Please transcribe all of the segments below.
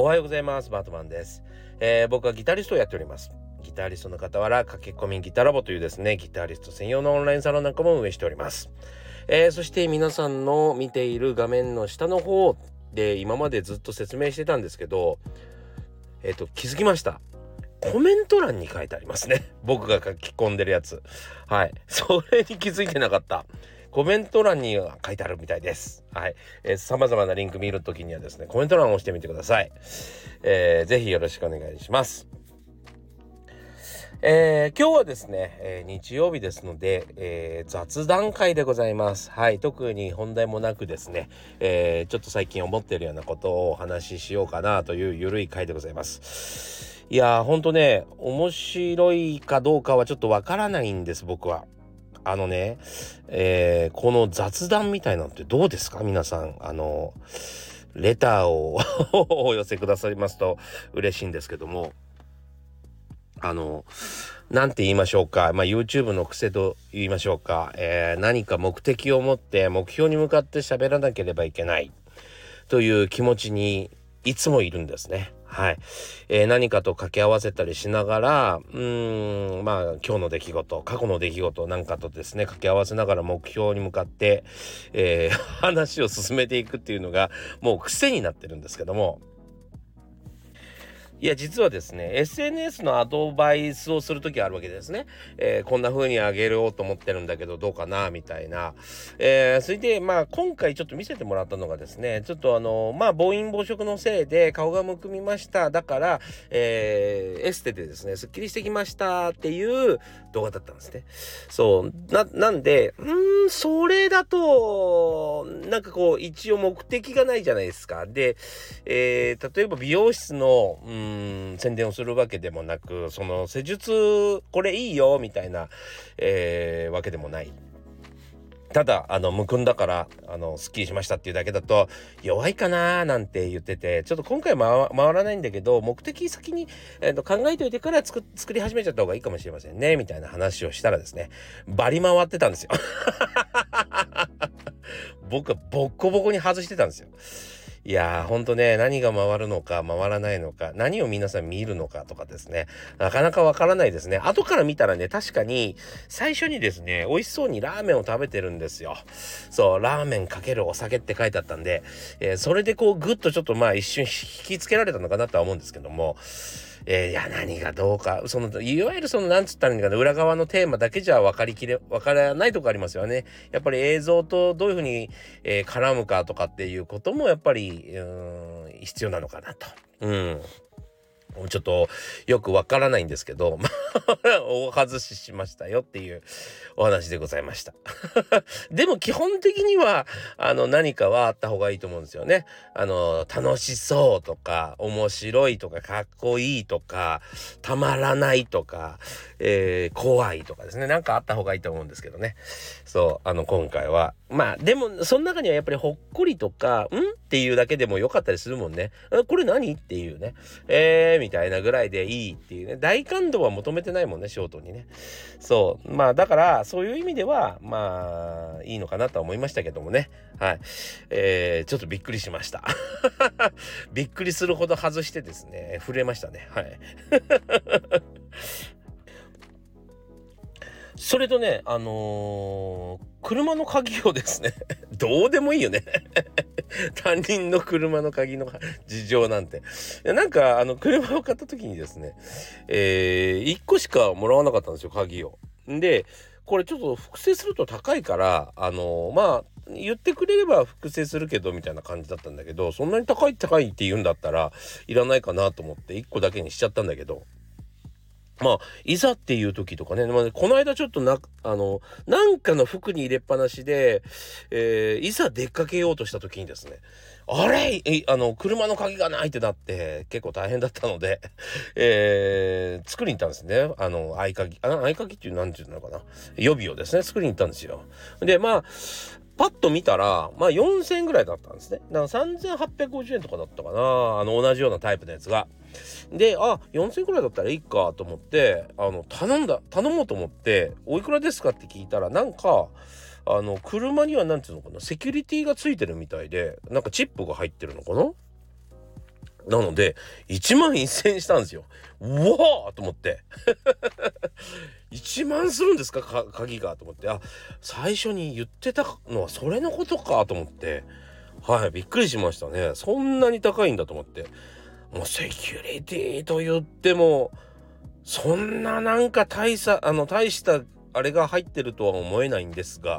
おはようございます。バートマンです。僕はギタリストをやっております。ギタリストの傍ら駆け込みギタラボというですね、ギタリスト専用のオンラインサロンなんかも運営しております。そして皆さんの見ている画面の下の方で今までずっと説明してたんですけど、気づきました。コメント欄に書いてありますね。僕が書き込んでるやつ。はい。それに気づいてなかった。コメント欄には書いてあるみたいです。はい。様々なリンク見るときにはですね、コメント欄を押してみてください。ぜひよろしくお願いします。今日はですね、日曜日ですので、雑談会でございます。はい。特に本題もなくですね、ちょっと最近思っているようなことをお話ししようかなというゆるい会でございます。いやー、ほんとね、面白いかどうかはちょっとわからないんです、僕は。この雑談みたいなのってどうですか皆さん。レターをお寄せくださいますと嬉しいんですけども、なんて言いましょうか。YouTube の癖と言いましょうか。何か目的を持って目標に向かって喋らなければいけないという気持ちにいつもいるんですね。はい。何かと掛け合わせたりしながら、今日の出来事、過去の出来事なんかとですね、掛け合わせながら目標に向かって、話を進めていくっていうのがもう癖になってるんですけども、いや実はですね SNS のアドバイスをするときあるわけですね、こんな風にあげようと思ってるんだけどどうかなみたいな、それで今回ちょっと見せてもらったのがですね、ちょっと暴飲暴食のせいで顔がむくみました、だから、エステでですねすっきりしてきましたっていう動画だったんですね。なんでそれだとなんかこう一応目的がないじゃないですか。で、例えば美容室の宣伝をするわけでもなく、その施術これいいよみたいな、わけでもない。ただむくんだからすっきりしましたっていうだけだと弱いかなーなんて言ってて、ちょっと今回回らないんだけど目的先に、考えておいてから作り始めちゃった方がいいかもしれませんねみたいな話をしたらですね、バリ回ってたんですよ。僕はボッコボコに外してたんですよ。いやーほんとね、何が回るのか回らないのか、何を皆さん見るのかとかですね、なかなかわからないですね。後から見たらね、確かに最初にですね美味しそうにラーメンを食べてるんですよ。そう、ラーメンかけるお酒って書いてあったんで、それでこうグッとちょっと一瞬引きつけられたのかなとは思うんですけども、いや何がどうか、いわゆるなんつったらいいのかな、裏側のテーマだけじゃわからないとこありますよね。やっぱり映像とどういうふうに、絡むかとかっていうこともやっぱり必要なのかなと。ちょっとよくわからないんですけど、大外しましたよっていうお話でございました。でも基本的には何かはあった方がいいと思うんですよね。楽しそうとか面白いとかかっこいいとかたまらないとか、怖いとかですね、なんかあった方がいいと思うんですけどね。今回はでもその中にはやっぱりほっこりとかっていうだけでもよかったりするもんね。これ何っていうね、みたいなぐらいでいいっていうね、大感動は求めてないもんね、ショートにね。だからそういう意味ではいいのかなとは思いましたけどもね。はい。ちょっとびっくりしました。びっくりするほど外してですね、震えましたね。はい。それとね、車の鍵をですねどうでもいいよね。他人の車の鍵の事情なんて。なんか車を買った時にですね、1個しかもらわなかったんですよ、鍵を。で、これちょっと複製すると高いから言ってくれれば複製するけどみたいな感じだったんだけど、そんなに高いって言うんだったらいらないかなと思って1個だけにしちゃったんだけど、いざっていう時とかね、この間ちょっとなんかの服に入れっぱなしで、いざ出かけようとした時にですね、あれ車の鍵がないってなって結構大変だったので、作りに行ったんですね。合鍵っていうなんていうのかな、予備をですね作りに行ったんですよ。でパッと見たら4000円ぐらいだったんですね。だから3850円とかだったかな、同じようなタイプのやつが。で4000円くらいだったらいいかと思って頼もうと思って、おいくらですかって聞いたら、なんか車にはなんていうのかな、セキュリティがついてるみたいで、なんかチップが入ってるのかな。 なので1万1000円したんですよ。うわーと思って1万するんですか、鍵がと思って、最初に言ってたのはそれのことかと思って、はい、びっくりしましたね。そんなに高いんだと思って。もうセキュリティと言ってもそんななんか大したあれが入ってるとは思えないんですが、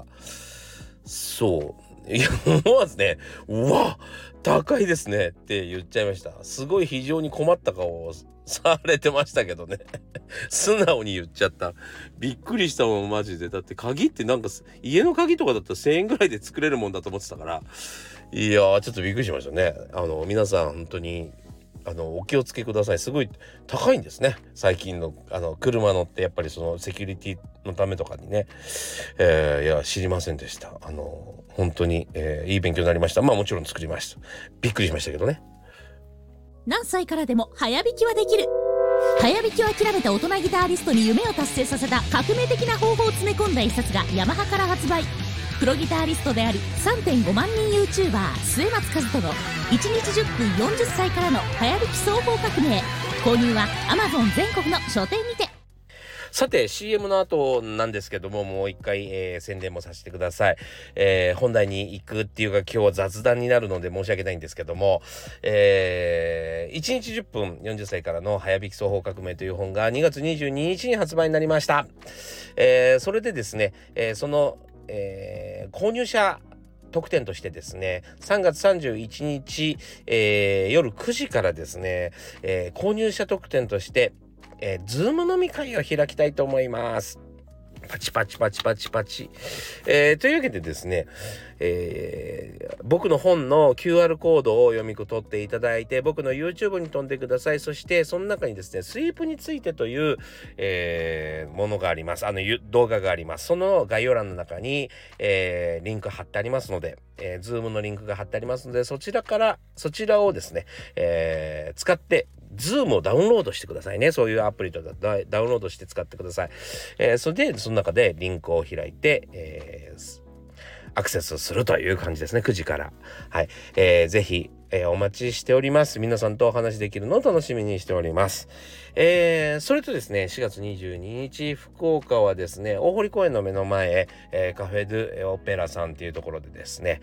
そういや思わずね、うわ高いですねって言っちゃいました。すごい非常に困った顔をされてましたけどね素直に言っちゃった。びっくりしたもんマジで。だって鍵ってなんか家の鍵とかだったら1000円ぐらいで作れるもんだと思ってたから、いやーちょっとびっくりしましたね。皆さん本当にお気をつけください。すごい高いんですね、最近の車乗ってやっぱりそのセキュリティのためとかにね。いや知りませんでした。本当に、いい勉強になりました。もちろん作りました。びっくりしましたけどね。 何歳からでも早弾きはできる。早弾きを諦めた大人ギタリストに夢を達成させた革命的な方法を詰め込んだ一冊がヤマハから発売。プロギタリストであり 3.5 万人 YouTuber 末松和人の1日10分40歳からの早弾き総合革命。購入は Amazon 全国の書店にて。 さて CM の後なんですけども、もう一回、宣伝もさせてください。本題に行くっていうか今日は雑談になるので申し訳ないんですけども、1日10分40歳からの早弾き双方革命という本が2月22日に発売になりました。それでですね、その、購入者特典としてですね、3月31日、夜9時からですね、購入者特典としてズーム飲み会を開きたいと思います。パチパチパチパチパチ、というわけでですね、僕の本の QR コードを読み取っていただいて僕の YouTube に飛んでください。そしてその中にですねスイープについてという、ものがあります。動画があります。その概要欄の中に、リンク貼ってありますので、Zoom のリンクが貼ってありますのでそちらをですね、使ってZoom をダウンロードしてくださいね。そういうアプリとかダウンロードして使ってください。それでその中でリンクを開いて、アクセスするという感じですね。9時から。はい。ぜひ、お待ちしております。皆さんとお話できるのを楽しみにしております。それとですね、4月22日、福岡はですね、大堀公園の目の前、カフェ・ドゥ・オペラさんっていうところでですね、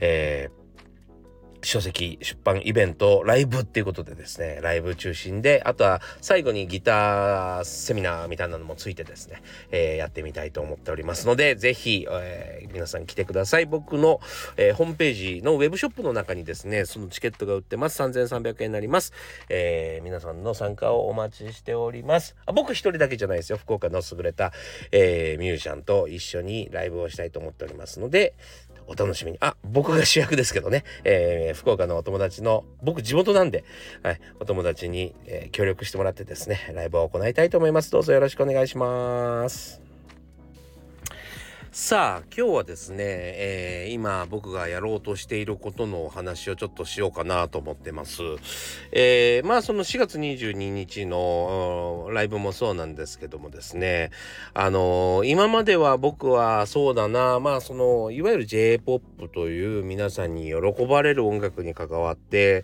書籍出版イベントライブっていうことでですね、ライブ中心で、あとは最後にギターセミナーみたいなのもついてですね、やってみたいと思っておりますのでぜひ、皆さん来てください。僕の、ホームページのウェブショップの中にですねそのチケットが売ってます。3300円になります。皆さんの参加をお待ちしております。僕一人だけじゃないですよ。福岡の優れた、ミュージシャンと一緒にライブをしたいと思っておりますのでお楽しみに。僕が主役ですけどね、福岡のお友達の僕地元なんで、はい、お友達に、協力してもらってですねライブを行いたいと思います。どうぞよろしくお願いします。さあ今日はですね、今僕がやろうとしていることのお話をちょっとしようかなと思ってます。その4月22日のライブもそうなんですけどもですね、今までは僕はそうだな、そのいわゆる J-POP という皆さんに喜ばれる音楽に関わって、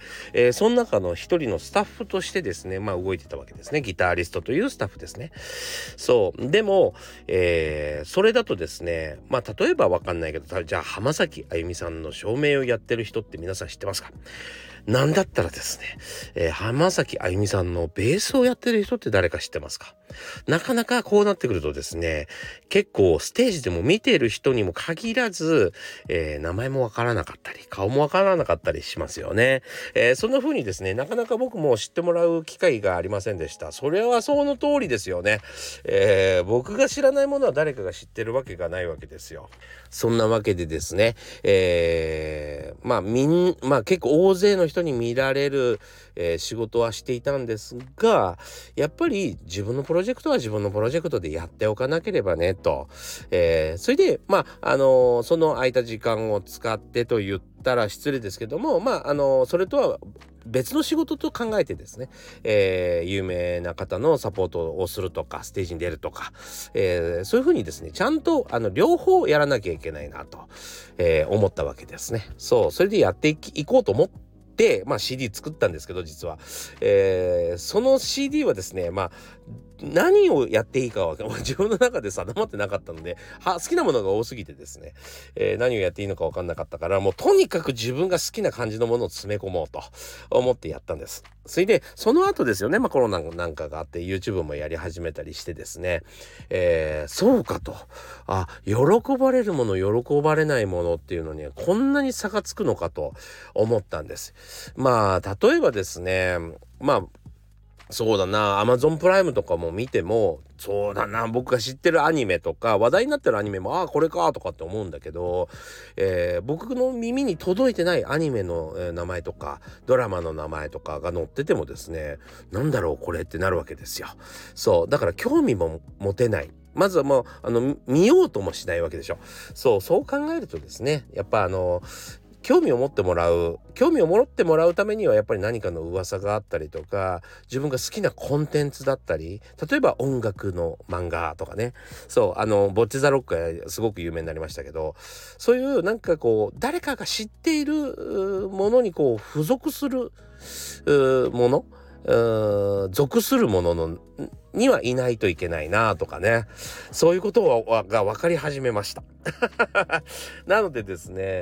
その中の一人のスタッフとしてですね動いてたわけですね。ギタリストというスタッフですね。そうでも、それだとですね例えばわかんないけどじゃあ浜崎あゆみさんの照明をやってる人って皆さん知ってますか？なんだったらですね、浜崎あゆみさんのベースをやってる人って誰か知ってますか？なかなかこうなってくるとですね結構ステージでも見ている人にも限らず、名前もわからなかったり顔もわからなかったりしますよね。そんな風にですねなかなか僕も知ってもらう機会がありませんでした。それはその通りですよね。僕が知らないものは誰かが知ってるわけがないわけですよ。そんなわけでですね、結構大勢の人に見られる、仕事はしていたんですがやっぱり自分のプロジェクトは自分のプロジェクトでやっておかなければねと、それでその空いた時間を使ってと言ったら失礼ですけどもそれとは別の仕事と考えてですね、有名な方のサポートをするとかステージに出るとか、そういうふうにですねちゃんと両方やらなきゃいけないなと、思ったわけですね。それでやっていこうと思っで、CD 作ったんですけど、実は、その CD はですね、何をやっていいかは自分の中で定まってなかったので、好きなものが多すぎてですね、何をやっていいのか分かんなかったから、もうとにかく自分が好きな感じのものを詰め込もうと思ってやったんです。それでその後ですよね、コロナなんかがあって YouTube もやり始めたりしてですね、そうかと、喜ばれるもの喜ばれないものっていうのにこんなに差がつくのかと思ったんです。例えばですね、そうだな、Amazon プライムとかも見ても、そうだな、僕が知ってるアニメとか話題になってるアニメもこれかとかって思うんだけど、僕の耳に届いてないアニメの、名前とかドラマの名前とかが載っててもですね、なんだろうこれってなるわけですよ。そうだから興味も持てない。まずはもう見ようともしないわけでしょ。そう考えるとですね、やっぱ興味を持ってもらうためにはやっぱり何かの噂があったりとか、自分が好きなコンテンツだったり、例えば音楽の漫画とかね、ボッチザロックがすごく有名になりましたけど、そういうなんか誰かが知っているものに付属するもの、属するもののにはいないといけないなとかね、そういうことが分かり始めましたなのでですね、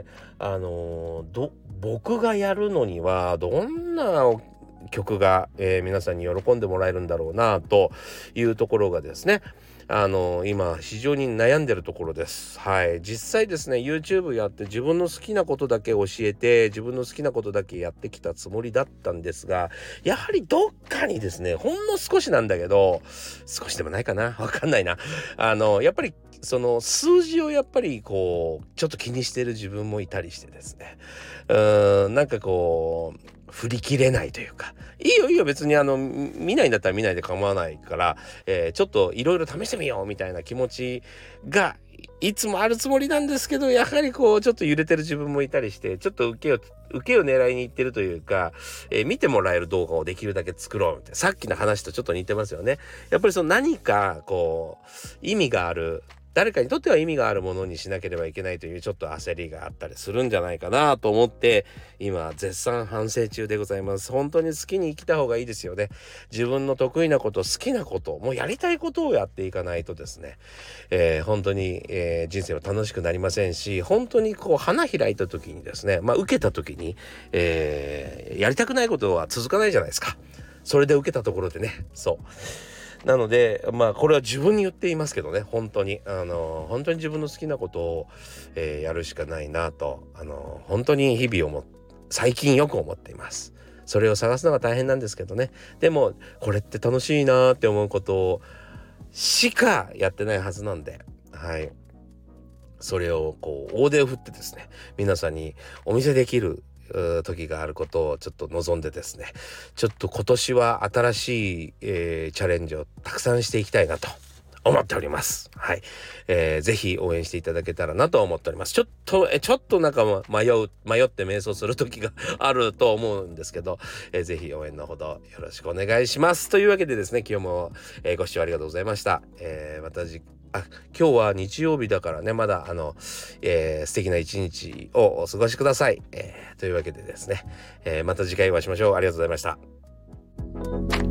僕がやるのにはどんな曲が、皆さんに喜んでもらえるんだろうなというところがですね、今非常に悩んでるところです。実際ですね YouTube やって自分の好きなことだけ教えて、自分の好きなことだけやってきたつもりだったんですが、やはりどっかにですね、ほんの少しなんだけど、少しでもないかな、わかんないな、やっぱりその数字をやっぱりちょっと気にしてる自分もいたりしてですね、なんか振り切れないというか、いいよ別に見ないんだったら見ないで構わないから、ちょっといろいろ試してみようみたいな気持ちがいつもあるつもりなんですけど、やはりちょっと揺れてる自分もいたりして、ちょっと受けを狙いにいってるというか、見てもらえる動画をできるだけ作ろうみたいな、さっきの話とちょっと似てますよね。やっぱりその何か意味がある、誰かにとっては意味があるものにしなければいけないというちょっと焦りがあったりするんじゃないかなと思って、今絶賛反省中でございます。本当に好きに生きた方がいいですよね。自分の得意なこと、好きなこと、もうやりたいことをやっていかないとですね、本当に、人生は楽しくなりませんし、本当に花開いた時にですね、受けた時に、やりたくないことは続かないじゃないですか。それで受けたところでね、なのでこれは自分に言っていますけどね、本当に自分の好きなことを、やるしかないなと本当に日々最近よく思っています。それを探すのが大変なんですけどね、でもこれって楽しいなって思うことしかやってないはずなんで、それを大手を振ってですね、皆さんにお見せできる時があることをちょっと望んでですね、ちょっと今年は新しい、チャレンジをたくさんしていきたいなと思っております。ぜひ応援していただけたらなと思っております。ちょっとなんか迷って迷走する時があると思うんですけど、ぜひ応援のほどよろしくお願いしますというわけでですね、今日も、ご視聴ありがとうございました。今日は日曜日だからね、まだ素敵な一日をお過ごしください。というわけでですね、また次回お会いしましょう。ありがとうございました。